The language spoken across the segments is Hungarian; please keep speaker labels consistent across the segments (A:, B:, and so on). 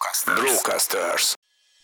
A: Brocasters.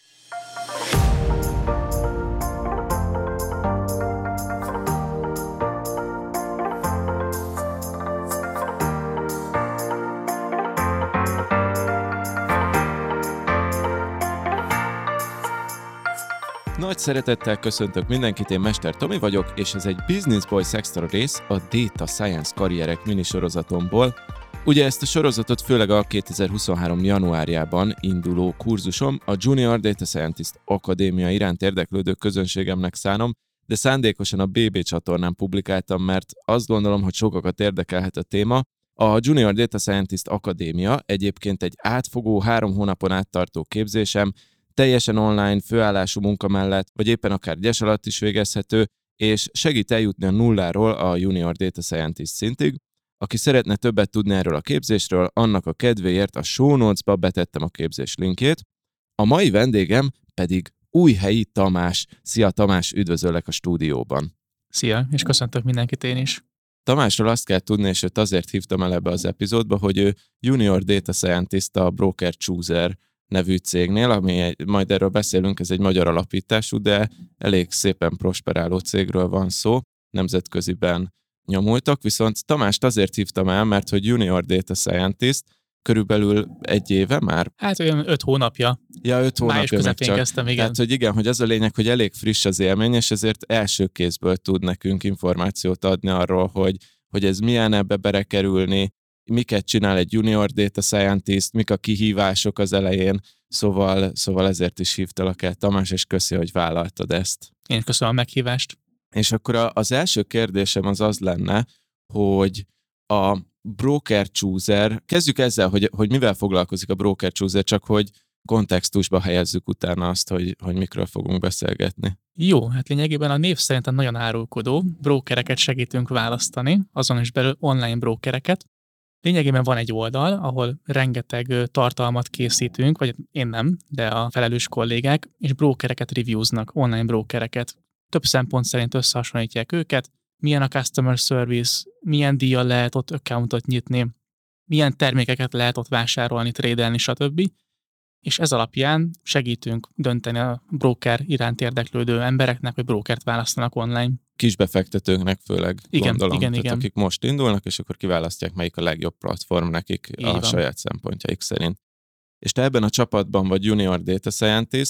B: Nagy szeretettel köszöntök mindenkit, én Mester Tomi vagyok, és ez egy Business Boys Extra rész a Data Science karrierek minisorozatomból. Ugye ezt a sorozatot főleg a 2023. januárjában induló kurzusom, a Junior Data Scientist Akadémia iránt érdeklődő közönségemnek szánom, de szándékosan a BB csatornán publikáltam, mert azt gondolom, hogy sokakat érdekelhet a téma. A Junior Data Scientist Akadémia egyébként egy átfogó 3 hónapon át tartó képzésem, teljesen online, főállású munka mellett, vagy éppen akár gyes alatt is végezhető, és segít eljutni a nulláról a Junior Data Scientist szintig. Aki szeretne többet tudni erről a képzésről, annak a kedvéért a show notes-ba betettem a képzés linkjét. A mai vendégem pedig Újhelyi Tamás. Szia Tamás, üdvözöllek a stúdióban.
C: Szia, és köszöntök mindenkit én is.
B: Tamásról azt kell tudni, és őt azért hívtam el ebbe az epizódba, hogy ő Junior Data Scientist a Broker Chooser nevű cégnél, ami majd erről beszélünk, ez egy magyar alapítású, de elég szépen prosperáló cégről van szó, nemzetköziben nyomultak, viszont Tamást azért hívtam el, mert hogy Junior Data Scientist körülbelül 1 éve már.
C: Hát olyan 5 hónapja.
B: Ja, 5 hónapja
C: május közepén kezdtem, igen.
B: Tehát, hogy igen, hogy az a lényeg, hogy elég friss az élmény, és ezért első kézből tud nekünk információt adni arról, hogy ez milyen ebbe berekerülni, miket csinál egy Junior Data Scientist, mik a kihívások az elején, szóval ezért is hívtalak el, Tamás, és köszi, hogy vállaltad ezt.
C: Én köszönöm a meghívást.
B: És akkor az első kérdésem az lenne, hogy a Broker Chooser, kezdjük ezzel, hogy mivel foglalkozik a Broker Chooser, csak hogy kontextusba helyezzük utána azt, hogy mikről fogunk beszélgetni.
C: Jó, hát lényegében a név szerintem nagyon árulkodó. Brokereket segítünk választani, azon is belül online brokereket. Lényegében van egy oldal, ahol rengeteg tartalmat készítünk, vagy én nem, de a felelős kollégák, és brokereket reviewznak, online brokereket. Több szempont szerint összehasonlítják őket, milyen a customer service, milyen díjjal lehet ott accountot nyitni, milyen termékeket lehet ott vásárolni, trédelni, stb. És ez alapján segítünk dönteni a broker iránt érdeklődő embereknek, hogy brokert választanak online.
B: Kisbefektetőknek főleg, gondolom.
C: Igen.
B: Akik most indulnak, és akkor kiválasztják, melyik a legjobb platform nekik a saját szempontjaik szerint. És te ebben a csapatban vagy Junior Data Scientist,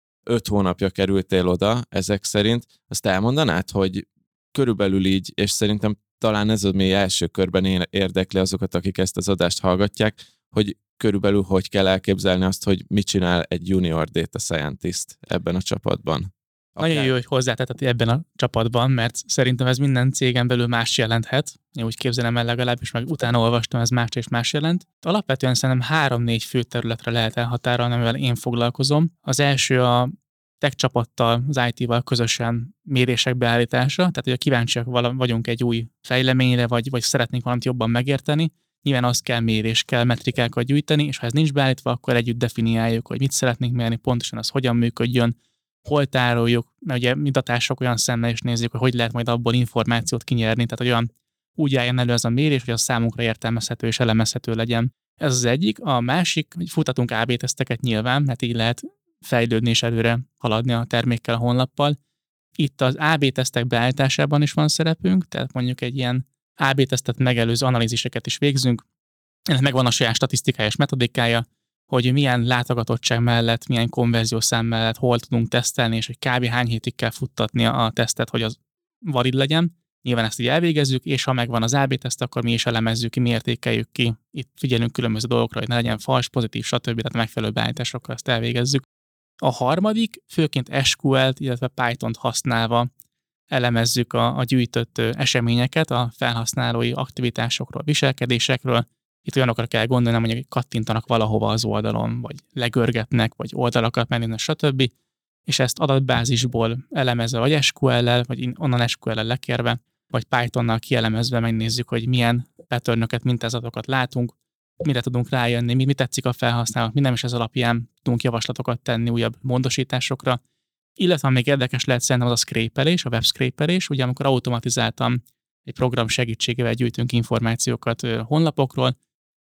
B: 5 hónapja kerültél oda ezek szerint. Azt elmondanád, hogy körülbelül így, és szerintem talán ez az, ami első körben érdekli azokat, akik ezt az adást hallgatják, hogy körülbelül hogy kell elképzelni azt, hogy mit csinál egy Junior Data Scientist ebben a csapatban.
C: Nagyon jó, hogy hozzátetted ebben a csapatban, mert szerintem ez minden cégen belül más jelenthet. Én úgy képzelem el legalábbis, meg utána olvastam, ez más és más jelent. Alapvetően szerintem 3-4 fő területre lehet elhatárolni, amivel én foglalkozom. Az első a tech csapattal, az IT-val közösen mérések beállítása, tehát hogy kíváncsiak vagyunk egy új fejleményre, vagy szeretnénk valamit jobban megérteni. Nyilván az kell mérés, kell metrikákat gyűjteni, és ha ez nincs beállítva, akkor együtt definiáljuk, hogy mit szeretnénk mérni, pontosan az hogyan működjön, hol tároljuk, mert ugye mi datások olyan szemmel is nézzük, hogy lehet majd abból információt kinyerni, tehát hogy olyan úgy álljon elő ez a mérés, hogy az számunkra értelmezhető és elemezhető legyen. Ez az egyik. A másik, hogy futatunk AB teszteket nyilván, mert így lehet fejlődni és előre haladni a termékkel, a honlappal. Itt az AB tesztek beállításában is van szerepünk, tehát mondjuk egy ilyen AB tesztet megelőző analíziseket is végzünk. Ennek megvan a saját statisztikája és metodikája, hogy milyen látogatottság mellett, milyen konverziószám mellett hol tudunk tesztelni, és hogy kb. Hány hétig kell futtatni a tesztet, hogy az valid legyen. Nyilván ezt így elvégezzük, és ha megvan az AB teszt, akkor mi is elemezzük ki, mi értékeljük ki. Itt figyelünk különböző dolgokra, hogy ne legyen fals, pozitív, stb. Tehát megfelelő beállításokkal ezt elvégezzük. A harmadik, főként SQL-t, illetve Python-t használva elemezzük a gyűjtött eseményeket, a felhasználói aktivitásokról, viselkedésekről. Itt olyanokra kell gondolni, mondjuk kattintanak valahova az oldalon, vagy legörgetnek, vagy oldalakat megnéznek, stb. És ezt adatbázisból elemezve, vagy SQL-lel, vagy onnan SQL-lel lekérve, vagy Pythonnal kielemezve megnézzük, hogy milyen patternöket, mintázatokat látunk, mire tudunk rájönni, mi tetszik a felhasználók, mi nem, és ez alapján tudunk javaslatokat tenni újabb módosításokra. Illetve még érdekes lehet szerintem az a scrapelés, a web scrapelés, ugye amikor automatizáltan egy program segítségével gyűjtünk információkat honlapokról,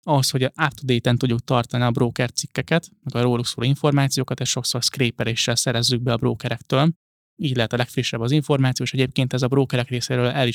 C: ahhoz, hogy up-to-date-en tudjuk tartani a broker cikkeket, meg a róluk szóló információkat, és sokszor scraperéssel szerezzük be a brokerektől. Így lehet a legfrissebb az információ, és egyébként ez a brokerek részéről el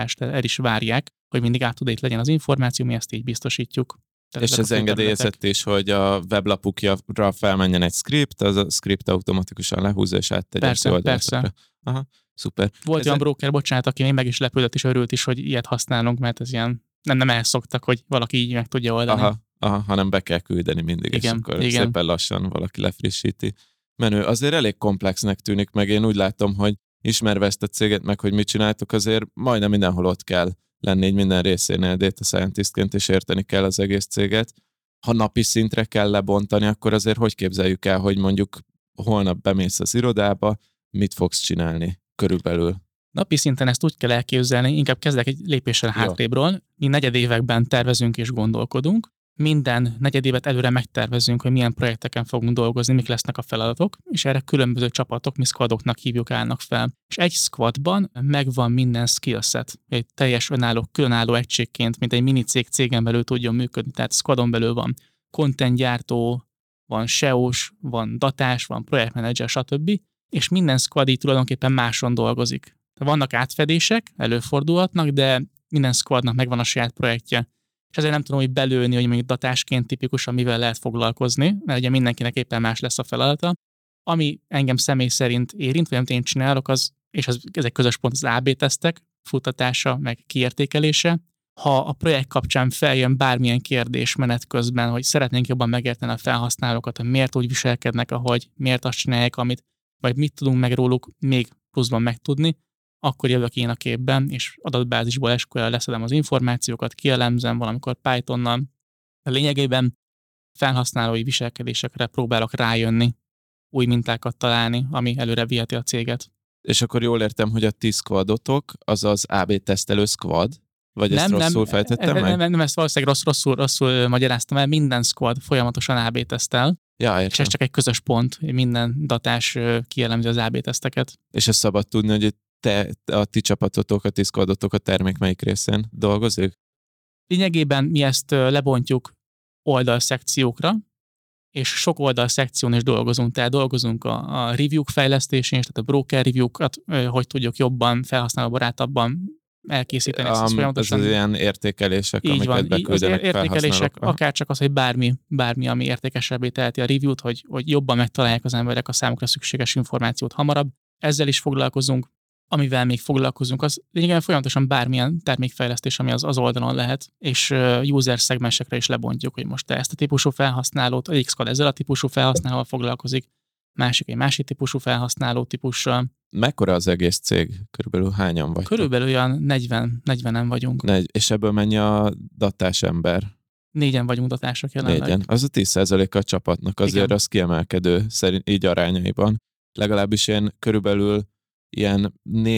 C: is várják, hogy mindig up-to-date legyen az információ, mi ezt így biztosítjuk.
B: És ez engedélyezett is, hogy a weblapukra felmenjen egy script, az a script automatikusan lehúzza és áttegye
C: Persze,
B: az oldalakra.
C: persze.
B: Aha, szuper.
C: Volt olyan broker, bocsánat, aki még meg is lepődött és örült is, hogy ilyet használunk, mert ez ilyen nem elszoktak, hogy valaki így meg tudja oldani.
B: Hanem be kell küldeni mindig,
C: Igen,
B: és akkor
C: igen.
B: szépen lassan valaki lefrissíti. Menő. Azért elég komplexnek tűnik, meg én úgy látom, hogy ismerve ezt a céget, meg hogy mit csináltok, azért majdnem mindenhol ott kell lenni, így minden részénél data scientistként, és érteni kell az egész céget. Ha napi szintre kell lebontani, akkor azért hogy képzeljük el, hogy mondjuk holnap bemész az irodába, mit fogsz csinálni körülbelül?
C: Napi szinten ezt úgy kell elképzelni, inkább kezdek egy lépéssel hátrébről. Mi negyedévekben tervezünk és gondolkodunk. Minden negyedévet előre megtervezünk, hogy milyen projekteken fogunk dolgozni, mik lesznek a feladatok, és erre különböző csapatok, mi squadoknak hívjuk, állnak fel. És egy squadban megvan minden skillset, egy teljes különálló egységként, mint egy mini cégen belül tudjon működni. Tehát squadon belül van contentgyártó, van SEO-s, van datás, van projektmenedzser, stb. És minden squad így tulajdonképpen máson dolgozik. Vannak átfedések, előfordulhatnak, de minden squadnak megvan a saját projektje. És ezért nem tudom hogy belőni, hogy mondjuk datásként tipikusan mivel lehet foglalkozni, mert ugye mindenkinek éppen más lesz a feladata. Ami engem személy szerint érint, vagy amit én csinálok, és ez egy közös pont, az AB tesztek futtatása, meg kiértékelése. Ha a projekt kapcsán feljön bármilyen kérdés menet közben, hogy szeretnénk jobban megérteni a felhasználókat, hogy miért úgy viselkednek, ahogy, miért azt csinálják, amit, vagy mit tudunk meg róluk még pluszban megtudni, akkor jövök én a képben, és adatbázisból SQL-rel leszedem az információkat, kielemzem valamikor Pythonnal. A lényegében felhasználói viselkedésekre próbálok rájönni, új mintákat találni, ami előre viheti a céget.
B: És akkor jól értem, hogy a ti squadotok, az az AB tesztelő squad? Vagy ezt rosszul fejtettem meg?
C: Nem, ezt valószínűleg rosszul magyaráztam el. Minden squad folyamatosan AB tesztel,
B: Ja,
C: és ez csak egy közös pont, minden datás kielemzi az AB teszteket.
B: És ezt szabad tudni, hogy a ti csapatotok, a ti squadotok a termék melyik részén dolgozik?
C: Lényegében mi ezt lebontjuk oldalszekciókra, és sok oldalszekción is dolgozunk. Tehát dolgozunk a review-k fejlesztésén, tehát a broker review-kat, hogy tudjuk jobban, felhasználóbarátabban elkészíteni.
B: Ez az ilyen értékelések,
C: így
B: amiket
C: van,
B: beküldenek
C: az értékelések, akár csak az, hogy bármi, ami értékesebbé teheti a review-t, hogy jobban megtalálják az emberek a számukra szükséges információt hamarabb. Ezzel is foglalkozunk. Amivel még foglalkozunk, az lényegében folyamatosan bármilyen termékfejlesztés, ami az oldalon lehet, és user szegmensekre is lebontjuk, hogy most te ezt a típusú felhasználót, egy X-squad ezzel a típusú felhasználóval foglalkozik, másik egy másik típusú felhasználó típussal.
B: Mekkora az egész cég? Körülbelül hányan vagy?
C: Körülbelül olyan 40-en vagyunk.
B: És ebből mennyi a datás ember?
C: 4-en vagyunk datások jelenleg.
B: 4-en. Az a 10%-a a csapatnak, azért
C: igen.
B: Az kiemelkedő, szerint így arányaiban. Legalábbis én körülbelül ilyen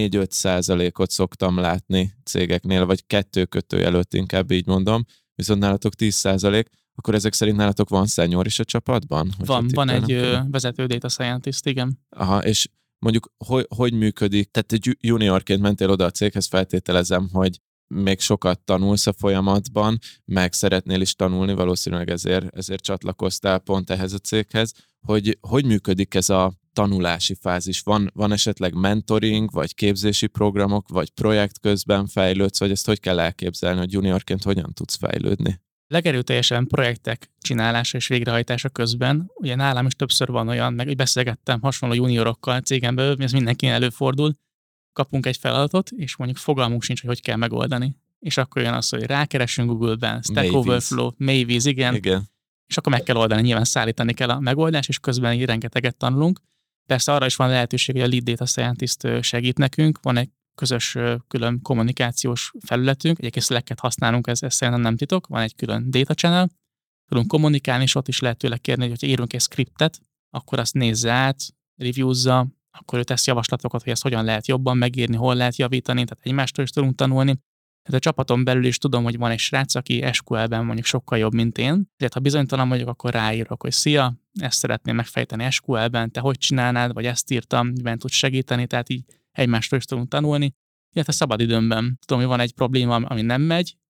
B: 4-5%-ot szoktam látni cégeknél, vagy 2 előtt inkább így mondom, viszont nálatok 10%, akkor ezek szerint nálatok van senior is a csapatban?
C: Van egy vezető data scientist, igen.
B: Aha, és mondjuk hogy működik? Tehát egy juniorként mentél oda a céghez, feltételezem, hogy még sokat tanulsz a folyamatban, meg szeretnél is tanulni, valószínűleg ezért csatlakoztál pont ehhez a céghez, hogy működik ez a tanulási fázis? Van esetleg mentoring, vagy képzési programok, vagy projekt közben fejlődsz, vagy ezt hogy kell elképzelni, hogy juniorként hogyan tudsz fejlődni?
C: Legerőteljesebben projektek csinálása és végrehajtása közben, ugye nálam is többször van olyan, meg beszélgettem hasonló juniorokkal cégen belül, ez mindenkinek előfordul, kapunk egy feladatot, és mondjuk fogalmunk sincs, hogy kell megoldani. És akkor jön az, hogy rákeresünk Google-ben, Stack Overflow, Mavis, igen. És akkor meg kell oldani, nyilván szállítani kell a megoldást, és közben így rengeteget tanulunk. Persze arra is van lehetőség, hogy a lead data scientist segít nekünk, van egy közös külön kommunikációs felületünk, egyébként Slack-et használunk, ez szerintem nem titok, van egy külön data channel, tudunk kommunikálni, és ott is lehet tőle kérni, hogy ha írunk egy scriptet, akkor azt nézze át, reviewzza, akkor ő tesz javaslatokat, hogy ezt hogyan lehet jobban megírni, hol lehet javítani, tehát egymástól is tudunk tanulni. Tehát a csapaton belül is tudom, hogy van egy srác, aki SQL-ben mondjuk sokkal jobb, mint én. Tehát ha bizonytalan vagyok, akkor ráírok, hogy szia, ezt szeretném megfejteni SQL-ben, te hogy csinálnád, vagy ezt írtam, miben tudsz segíteni, tehát így egymástól is tudunk tanulni. Illetve szabadidőmben tudom, hogy van egy probléma, ami nem megy,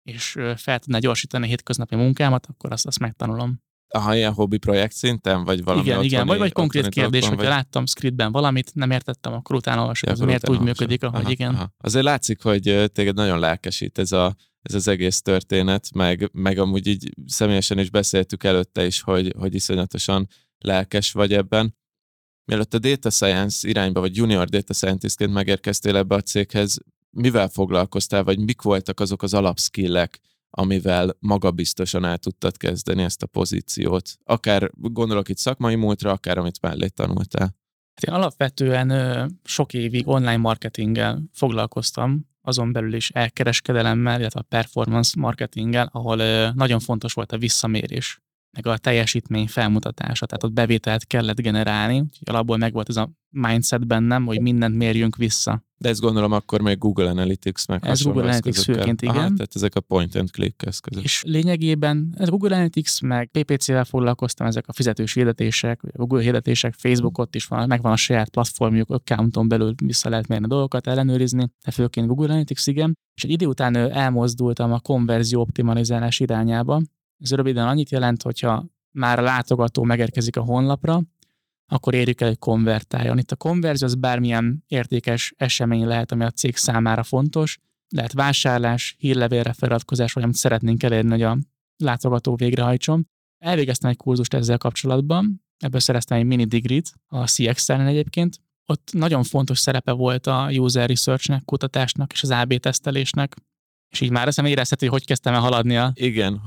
C: és fel tudná gyorsítani a hétköznapi munkámat, akkor azt megtanulom.
B: Aha, ilyen hobbi projekt szinten, vagy valami
C: Igen, vagy konkrét
B: otthoni
C: kérdés,
B: dologban,
C: hogyha láttam scriptben valamit, nem értettem, akkor utána olvasok, ez miért úgy működik, ahogy igen.
B: Aha. Azért látszik, hogy téged nagyon lelkesít ez az egész történet, meg amúgy így személyesen is beszéltük előtte is, hogy iszonyatosan lelkes vagy ebben. Mielőtt a data science irányba, vagy junior data scientistként megérkeztél ebbe a céghez, mivel foglalkoztál, vagy mik voltak azok az alapskillek, amivel magabiztosan el tudtad kezdeni ezt a pozíciót? Akár gondolok itt szakmai múltra, akár amit mellé tanultál.
C: Hát én alapvetően sok évig online marketinggel foglalkoztam, azon belül is elkereskedelemmel, illetve a performance marketinggel, ahol nagyon fontos volt a visszamérés, meg a teljesítmény felmutatása, tehát ott bevételt kellett generálni, úgyhogy alapból megvolt ez a mindset bennem, hogy mindent mérjünk vissza.
B: De ezt gondolom akkor még Google Analytics meg
C: ez Google Analytics főként, igen.
B: Aha, tehát ezek a point and click eszközök.
C: És lényegében ez Google Analytics meg PPC-vel foglalkoztam, ezek a fizetős hirdetések, a Google hirdetések, Facebookot is van, megvan a saját platformjuk, accounton belül vissza lehet mérni a dolgokat, ellenőrizni, de főként Google Analytics, igen. És egy idő után elmozdultam a konverzió optimalizálás irányába. Ez röviden annyit jelent, hogyha már a látogató megérkezik a honlapra, akkor érjük el, hogy konvertáljon. Itt a konverzió az bármilyen értékes esemény lehet, ami a cég számára fontos. Lehet vásárlás, hírlevélre feliratkozás, vagy amit szeretnénk elérni, hogy a látogató végrehajtson. Elvégeztem egy kurzust ezzel kapcsolatban, ebből szereztem egy mini digrit a CX-en egyébként. Ott nagyon fontos szerepe volt a user researchnek, kutatásnak és az AB tesztelésnek. És így már eszem érezhető, hogy kezdtem el haladni
B: Igen,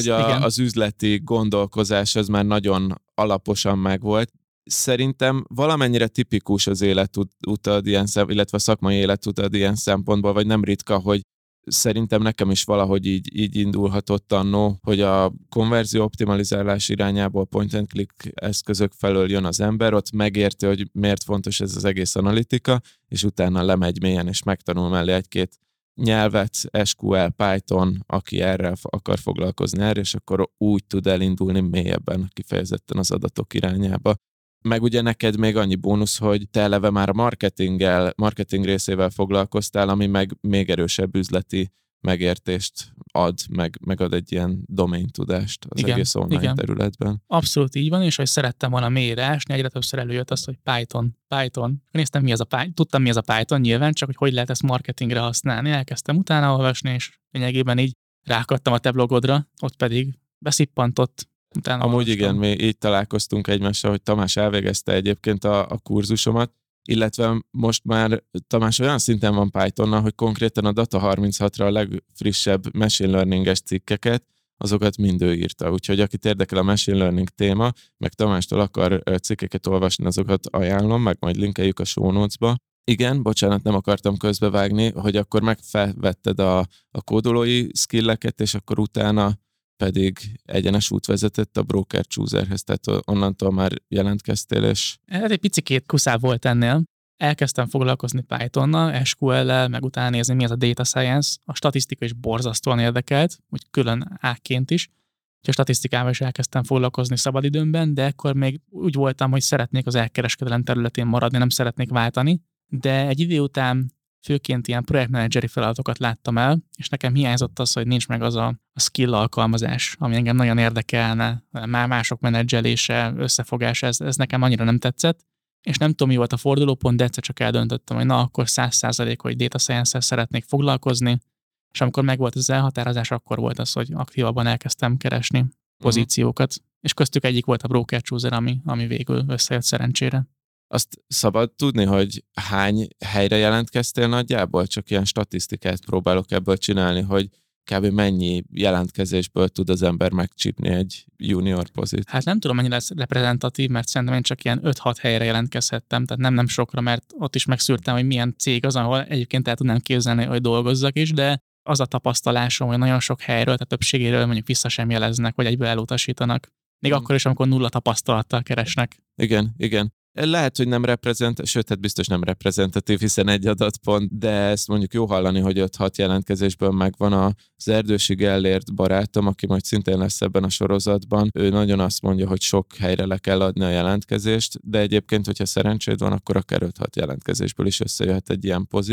B: az üzleti gondolkozás az már nagyon alaposan megvolt. Szerintem valamennyire tipikus az életutad ilyen illetve a szakmai életutad ilyen szempontból, vagy nem ritka, hogy szerintem nekem is valahogy így indulhatott annó, hogy a konverzió optimalizálás irányából point and click eszközök felől jön az ember, ott megérti, hogy miért fontos ez az egész analitika, és utána lemegy mélyen, és megtanul mellé egy-két nyelvet, SQL, Python, aki erre akar foglalkozni erre, és akkor úgy tud elindulni mélyebben kifejezetten az adatok irányába. Meg ugye neked még annyi bónusz, hogy te eleve már a marketing részével foglalkoztál, ami meg még erősebb üzleti megértést ad, meg ad egy ilyen domain tudást az egész online területben.
C: Abszolút így van, és hogy szerettem volna mélyre ásni, egyre többször előjött az, hogy Python. Néztem, tudtam, mi az a Python nyilván, csak hogy lehet ezt marketingre használni. Elkezdtem utána olvasni, és lényegében így rákattam a te blogodra, ott pedig beszippantott.
B: Amúgy igen, mi így találkoztunk egymással, hogy Tamás elvégezte egyébként a kurzusomat, illetve most már Tamás olyan szinten van Pythonnal, hogy konkrétan a Data36-ra a legfrissebb machine learning-es cikkeket, azokat mind ő írta. Úgyhogy akit érdekel a machine learning téma, meg Tamástól akar cikkeket olvasni, azokat ajánlom, meg majd linkeljük a show notes-ba. Igen, bocsánat, nem akartam közbevágni, hogy akkor megfelvetted a kódolói skilleket, és akkor utána pedig egyenes út vezetett a broker chooserhez, tehát onnantól már jelentkeztél, és...
C: Ez egy picikét kuszább volt ennél. Elkezdtem foglalkozni Pythonnal, SQL-lel, meg utána nézni, mi az a data science. A statisztika is borzasztóan érdekelt, úgy külön ágként is. Úgyhogy a statisztikával is elkezdtem foglalkozni szabadidőmben, de akkor még úgy voltam, hogy szeretnék az elkereskedelem területén maradni, nem szeretnék váltani. De egy idő után főként ilyen projektmenedzseri feladatokat láttam el, és nekem hiányzott az, hogy nincs meg az a skill alkalmazás, ami engem nagyon érdekelne, már mások menedzselése, összefogása, ez nekem annyira nem tetszett, és nem tudom, mi volt a fordulópont, de egyszer csak eldöntöttem, hogy na, akkor 100% hogy data science-szel szeretnék foglalkozni, és amikor megvolt az elhatározás, akkor volt az, hogy aktívabban elkezdtem keresni pozíciókat, és köztük egyik volt a broker chooser, ami végül összejött szerencsére.
B: Azt szabad tudni, hogy hány helyre jelentkeztél nagyjából? Csak ilyen statisztikát próbálok ebből csinálni, hogy kb. Mennyi jelentkezésből tud az ember megcsípni egy junior pozíciót?
C: Hát nem tudom, mennyi lesz reprezentatív, mert szerintem én csak ilyen 5-6 helyre jelentkezhettem, tehát nem sokra, mert ott is megszűrtem, hogy milyen cég az, ahol egyébként el tudnám képzelni, hogy dolgozzak is, de az a tapasztalásom, hogy nagyon sok helyről, tehát többségéről mondjuk vissza sem jeleznek, vagy egyből elutasítanak. Még akkor is, amikor nulla tapasztalattal keresnek.
B: Igen. Lehet, hogy nem sőt, hát biztos nem reprezentatív, hiszen egy adatpont, de ezt mondjuk jó hallani, hogy 5-6 jelentkezésből megvan az Erdősi Gellért barátom, aki majd szintén lesz ebben a sorozatban. Ő nagyon azt mondja, hogy sok helyre le kell adni a jelentkezést, de egyébként, hogyha szerencséd van, akkor akár 5-6 jelentkezésből is összejöhet egy ilyen pozi.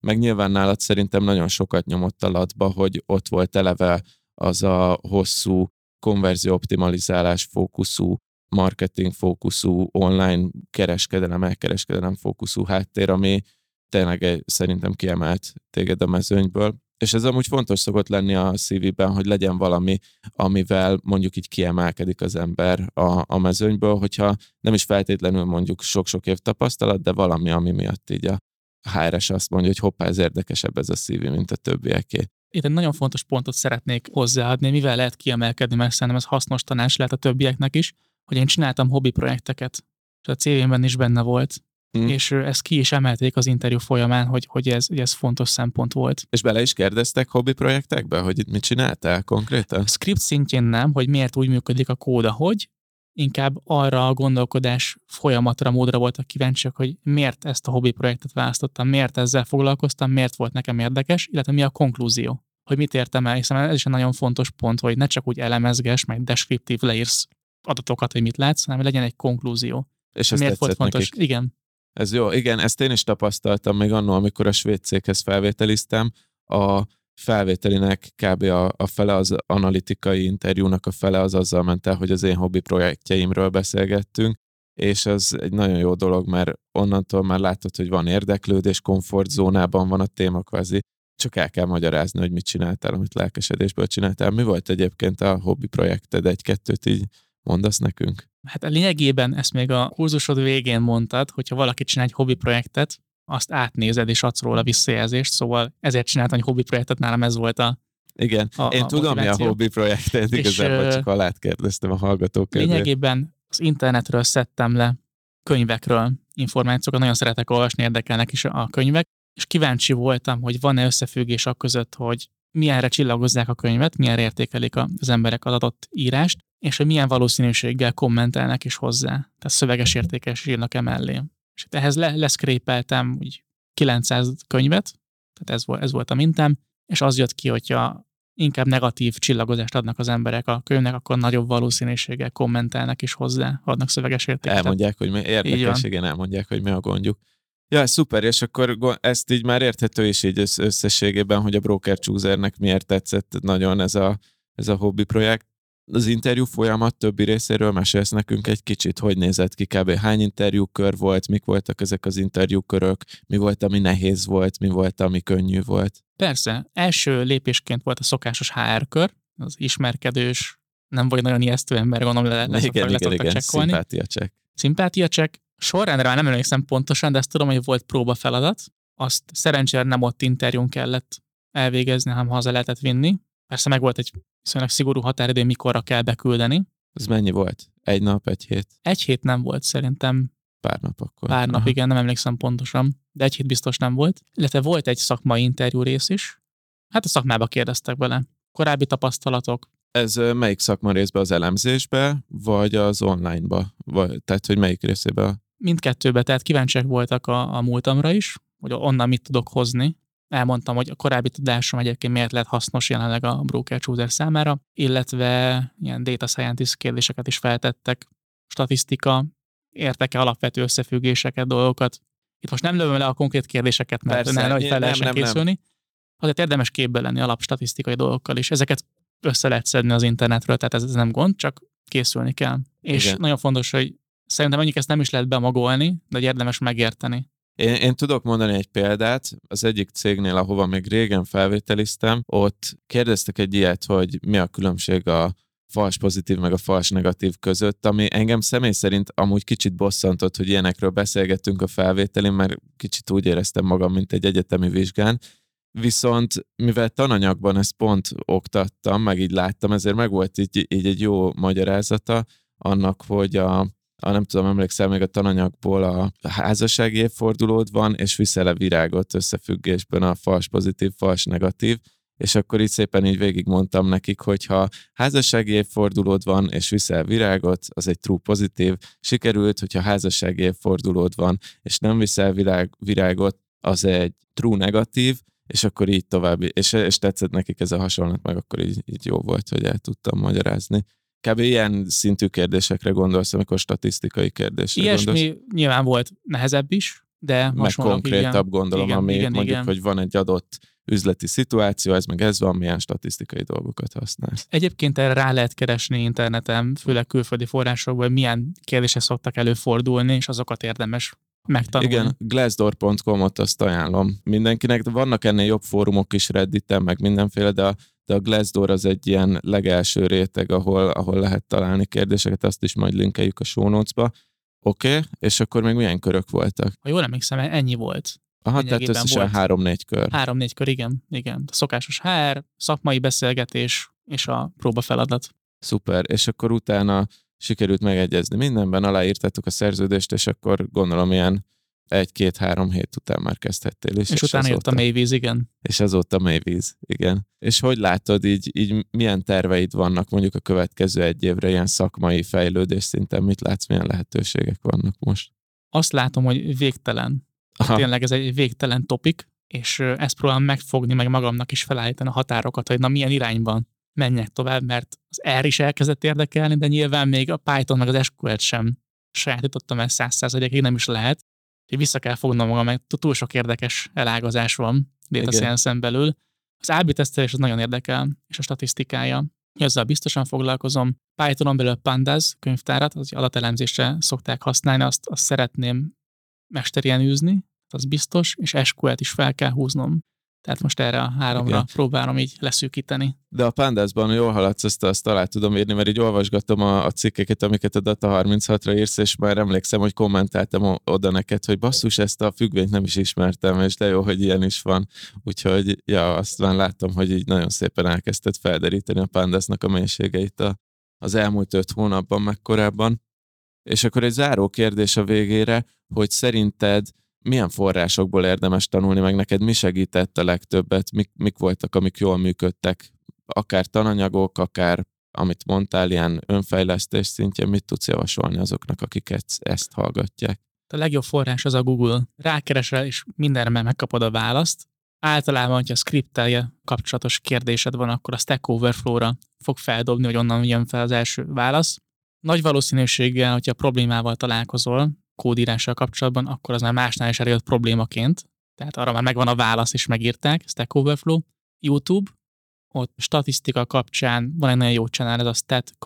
B: meg nyilván nálad szerintem nagyon sokat nyomott a latba, hogy ott volt eleve az a hosszú konverzió-optimalizálás fókuszú, marketing fókuszú, online kereskedelem, elkereskedelem fókuszú háttér, ami tényleg szerintem kiemelt téged a mezőnyből. És ez amúgy fontos szokott lenni a CV-ben, hogy legyen valami, amivel mondjuk így kiemelkedik az ember a mezőnyből, hogyha nem is feltétlenül mondjuk sok-sok év tapasztalat, de valami, ami miatt így a HRS azt mondja, hogy hoppá, ez érdekesebb ez a CV, mint a többieké.
C: Itt egy nagyon fontos pontot szeretnék hozzáadni, mivel lehet kiemelkedni, mert szerintem ez hasznos tanács lehet a többieknek is, hogy én csináltam hobbi projekteket, és a CV-ben is benne volt, és ezt ki is emelték az interjú folyamán, hogy ez fontos szempont volt.
B: És bele is kérdeztek hobbi projektekbe, hogy itt mit csináltál konkrétan?
C: A script szintjén nem, hogy miért úgy működik a kód, ahogy, inkább arra a gondolkodás folyamatra, módra voltak kíváncsiak, hogy miért ezt a hobbi projektet választottam, miért ezzel foglalkoztam, miért volt nekem érdekes, illetve mi a konklúzió, hogy mit értem el, hiszen ez is egy nagyon fontos pont, hogy ne csak úgy elemezges, meg deskriptív leírsz adatokat, hogy mit látsz, hanem legyen egy konklúzió.
B: És ez
C: miért volt fontos?
B: Nekik?
C: Igen.
B: Ez jó, igen, ezt én is tapasztaltam még annól, amikor a svéd céghez felvételiztem. A felvételinek kb. A fele az analitikai interjúnak, a fele az azzal ment el, hogy az én hobbi projektjeimről beszélgettünk, és az egy nagyon jó dolog, mert onnantól már látod, hogy van érdeklődés, komfortzónában van a téma kvázi, csak el kell magyarázni, hogy mit csináltál, amit lelkesedésből csináltál. Mi volt egyébként a hobbi projekted? Egy-kettőt így mondasz nekünk?
C: Hát a lényegében ezt még a kurzusod végén mondtad, hogyha valaki csinál egy hobbi projektet, azt átnézed és adsz róla visszajelzést, szóval ezért csináltam egy hobbi projektet, nálam ez volt
B: igen, én tudom, mi a hobbi projektet, igazából csak alá kérdeztem a hallgatók.
C: Lényegében az internetről szedtem le könyvekről információkat, nagyon szeretek olvasni, érdekelnek is a könyvek, és kíváncsi voltam, hogy van-e összefüggés a között, hogy milyenre csillagozzák a könyvet, milyenre értékelik az emberek az adott írást, és hogy milyen valószínűséggel kommentelnek is hozzá. Tehát szöveges értékes írnak emellé. És ehhez leszkrépeltem úgy 900 könyvet, tehát ez volt a mintám, és az jött ki, hogyha inkább negatív csillagozást adnak az emberek a könyvnek, akkor nagyobb valószínűséggel kommentelnek is hozzá, adnak szöveges értéket.
B: Elmondják, hogy mi érdekességen elmondják, hogy mi a gondjuk. Ja, szuper, és akkor ezt így már érthető is így összességében, hogy a Broker Choosernek miért tetszett nagyon ez a hobbi projekt. Az interjú folyamat többi részéről mesélsz nekünk egy kicsit, hogy nézett ki kb. Hány interjúkör volt, mik voltak ezek az interjúkörök, mi volt, ami nehéz volt, mi volt, ami könnyű volt?
C: Persze, első lépésként volt a szokásos HR kör, az ismerkedős, nem vagy nagyon ijesztő ember, gondolom le szoktak csekkolni. Szimpátiacsekk. Sorrendre már nem emlékszem pontosan, de ezt tudom, hogy volt próba feladat. Azt szerencsére nem ott interjún kellett elvégezni, hanem haza lehetett vinni. Persze meg volt egy viszonylag szigorú határidő, mikorra kell beküldeni.
B: Ez mennyi volt? Egy nap, egy hét?
C: Egy hét nem volt szerintem.
B: Pár nap akkor.
C: Pár nap, igen, nem emlékszem pontosan, de egy hét biztos nem volt. Illetve volt egy szakmai interjú rész is. Hát a szakmába kérdeztek bele. Korábbi tapasztalatok.
B: Ez melyik szakma részbe, az elemzésbe, vagy az online-ba? Tehát, hogy melyik részébe?
C: Mindkettőbe, tehát kíváncsiak voltak a múltamra is, hogy onnan mit tudok hozni. Elmondtam, hogy a korábbi tudásom egyébként miért lehet hasznos jelenleg a Broker Chooser számára, illetve ilyen data scientist kérdéseket is feltettek, statisztika, értek-e alapvető összefüggéseket, dolgokat. Itt most nem lövöm le a konkrét kérdéseket, mert hogy fel lehessen készülni. Azért érdemes képbe lenni alapstatisztikai dolgokkal is. Ezeket össze lehet szedni az internetről, tehát ez nem gond, csak készülni kell. És igen, nagyon fontos, hogy szerintem mondjuk ezt nem is lehet bemagolni, de érdemes megérteni.
B: Én tudok mondani egy példát, az egyik cégnél, ahova még régen felvételiztem, ott kérdeztek egy ilyet, hogy mi a különbség a fals pozitív meg a fals negatív között, ami engem személy szerint amúgy kicsit bosszantott, hogy ilyenekről beszélgettünk a felvételin, mert kicsit úgy éreztem magam, mint egy egyetemi vizsgán. Viszont mivel tananyagban ezt pont oktattam, meg így láttam, ezért meg volt így egy jó magyarázata annak, hogy nem tudom, emlékszel még a tananyagból a házassági évfordulód van, és viszel-e virágot összefüggésben a fals pozitív, fals negatív, és akkor így szépen így végigmondtam nekik, hogy ha házassági évfordulód van, és viszel virágot, az egy true pozitív, sikerült, hogyha házassági évfordulód van, és nem viszel virágot, az egy true negatív, és akkor így tovább, és tetszett nekik ez a hasonlat, meg akkor így jó volt, hogy el tudtam magyarázni. Kb. Ilyen szintű kérdésekre gondolsz, amikor statisztikai kérdésre gondolsz?
C: Ilyesmi nyilván volt nehezebb is, De
B: meg
C: hasonlók,
B: konkrétabb, gondolom,
C: igen,
B: ami
C: igen,
B: mondjuk,
C: igen.
B: hogy van egy adott üzleti szituáció, ez meg ez van, milyen statisztikai dolgokat használsz.
C: Egyébként erre rá lehet keresni interneten, főleg külföldi forrásokból, hogy milyen kérdések szoktak előfordulni, és azokat érdemes megtanulni.
B: Igen, glassdoor.com-ot azt ajánlom mindenkinek, de vannak ennél jobb fórumok is Redditen, meg mindenféle, de a Glassdoor az egy ilyen legelső réteg, ahol lehet találni kérdéseket, azt is majd linkeljük a show notes-ba. Oké, és akkor még milyen körök voltak?
C: Ha jól emlékszem, ennyi volt.
B: Aha, tehát
C: Lényegében
B: összesen
C: volt.
B: 3-4 kör.
C: 3-4 kör, igen. A szokásos HR, szakmai beszélgetés és a próbafeladat.
B: Szuper, és akkor utána sikerült megegyezni mindenben, aláírtátok a szerződést, és akkor gondolom ilyen 1-2-3 hét után már kezdhettél is.
C: És utána jött a mélyvíz, igen.
B: És azóta mélyvíz, igen. És hogy látod, így milyen terveid vannak mondjuk a következő 1 évre, ilyen szakmai fejlődés szinten, mit látsz, milyen lehetőségek vannak most?
C: Azt látom, hogy végtelen. Tényleg ez egy végtelen topik, és ezt próbálom megfogni, meg magamnak is felállítani a határokat, hogy na milyen irányban menjek tovább, mert az R is elkezdett érdekelni, de nyilván még a Python meg az SQL-t sem sajátítottam el 100%-ig, nem is lehet. Úgyhogy vissza kell fognom magam, meg túl sok érdekes elágazás van data science-en belül. Az A/B tesztelés az nagyon érdekel, és a statisztikája. Azzal biztosan foglalkozom. Pythonon belül a Pandas könyvtárat, az adatelemzésre szokták használni, azt szeretném mesterien űzni, az biztos, és SQL-t is fel kell húznom. Tehát most erre a 3-ra próbálom így leszűkíteni.
B: De a Pandasban jól haladsz, azt alá tudom írni, mert így olvasgatom a cikkeket, amiket a Data36-ra írsz, és már emlékszem, hogy kommentáltam oda neked, hogy basszus, ezt a függvényt nem is ismertem, és de jó, hogy ilyen is van. Úgyhogy azt már láttam, hogy így nagyon szépen elkezdted felderíteni a Pandasnak a mélységeit az elmúlt 5 hónapban, meg korábban. És akkor egy záró kérdés a végére, hogy szerinted milyen forrásokból érdemes tanulni, meg neked mi segített a legtöbbet, mik voltak, amik jól működtek, akár tananyagok, akár, amit mondtál, ilyen önfejlesztés szintjén, mit tudsz javasolni azoknak, akik ezt hallgatják?
C: A legjobb forrás az a Google. Rákeresel, és mindenre megkapod a választ. Általában, hogyha scripttel kapcsolatos kérdésed van, akkor a Stack Overflow-ra fog feldobni, hogy onnan jön fel az első válasz. Nagy valószínűséggel, hogyha problémával találkozol, kódírással kapcsolatban, akkor az már másnál is eljött problémaként. Tehát arra már megvan a válasz, és megírták, Stack Overflow. YouTube, ott statisztika kapcsán van egy nagyon jó channel, ez a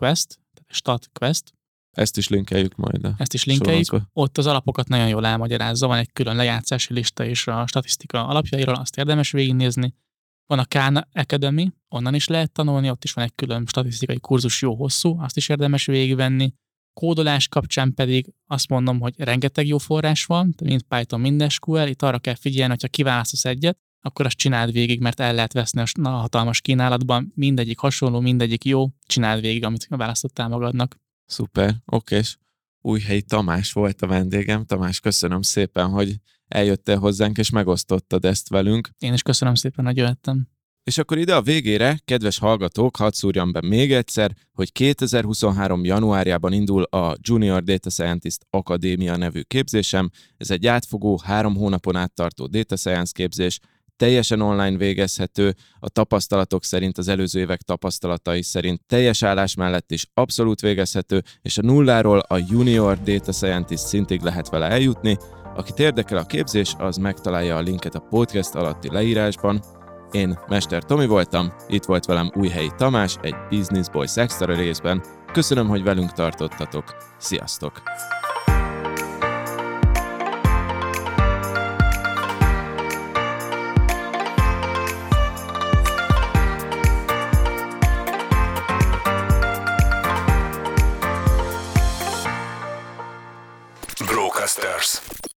C: StatQuest.
B: Ezt is linkeljük majd.
C: Ezt is linkeljük. Ott az alapokat nagyon jól elmagyarázza, van egy külön lejátszási lista és a statisztika alapjairól, azt érdemes végignézni. Van a Khan Academy, onnan is lehet tanulni, ott is van egy külön statisztikai kurzus, jó hosszú, azt is érdemes végigvenni. Kódolás kapcsán pedig azt mondom, hogy rengeteg jó forrás van, mind Python, mind SQL, itt arra kell figyelni, hogyha kiválasztasz egyet, akkor azt csináld végig, mert el lehet veszni a hatalmas kínálatban, mindegyik hasonló, mindegyik jó, csináld végig, amit választottál magadnak.
B: Szuper, oké. Újhelyi Tamás volt a vendégem. Tamás, köszönöm szépen, hogy eljöttél hozzánk, és megosztottad ezt velünk.
C: Én is köszönöm szépen, hogy jöttem.
B: És akkor ide a végére, kedves hallgatók, hadd szúrjam be még egyszer, hogy 2023. januárjában indul a Junior Data Scientist Akadémia nevű képzésem. Ez egy átfogó, 3 hónapon át tartó Data Science képzés, teljesen online végezhető, a tapasztalatok szerint, az előző évek tapasztalatai szerint teljes állás mellett is abszolút végezhető, és a nulláról a Junior Data Scientist szintig lehet vele eljutni. Akit érdekel a képzés, az megtalálja a linket a podcast alatti leírásban. Én Mester Tomi voltam, itt volt velem Újhelyi Tamás egy Business Boys Extra részben. Köszönöm, hogy velünk tartottatok. Sziasztok!
A: Brocasters.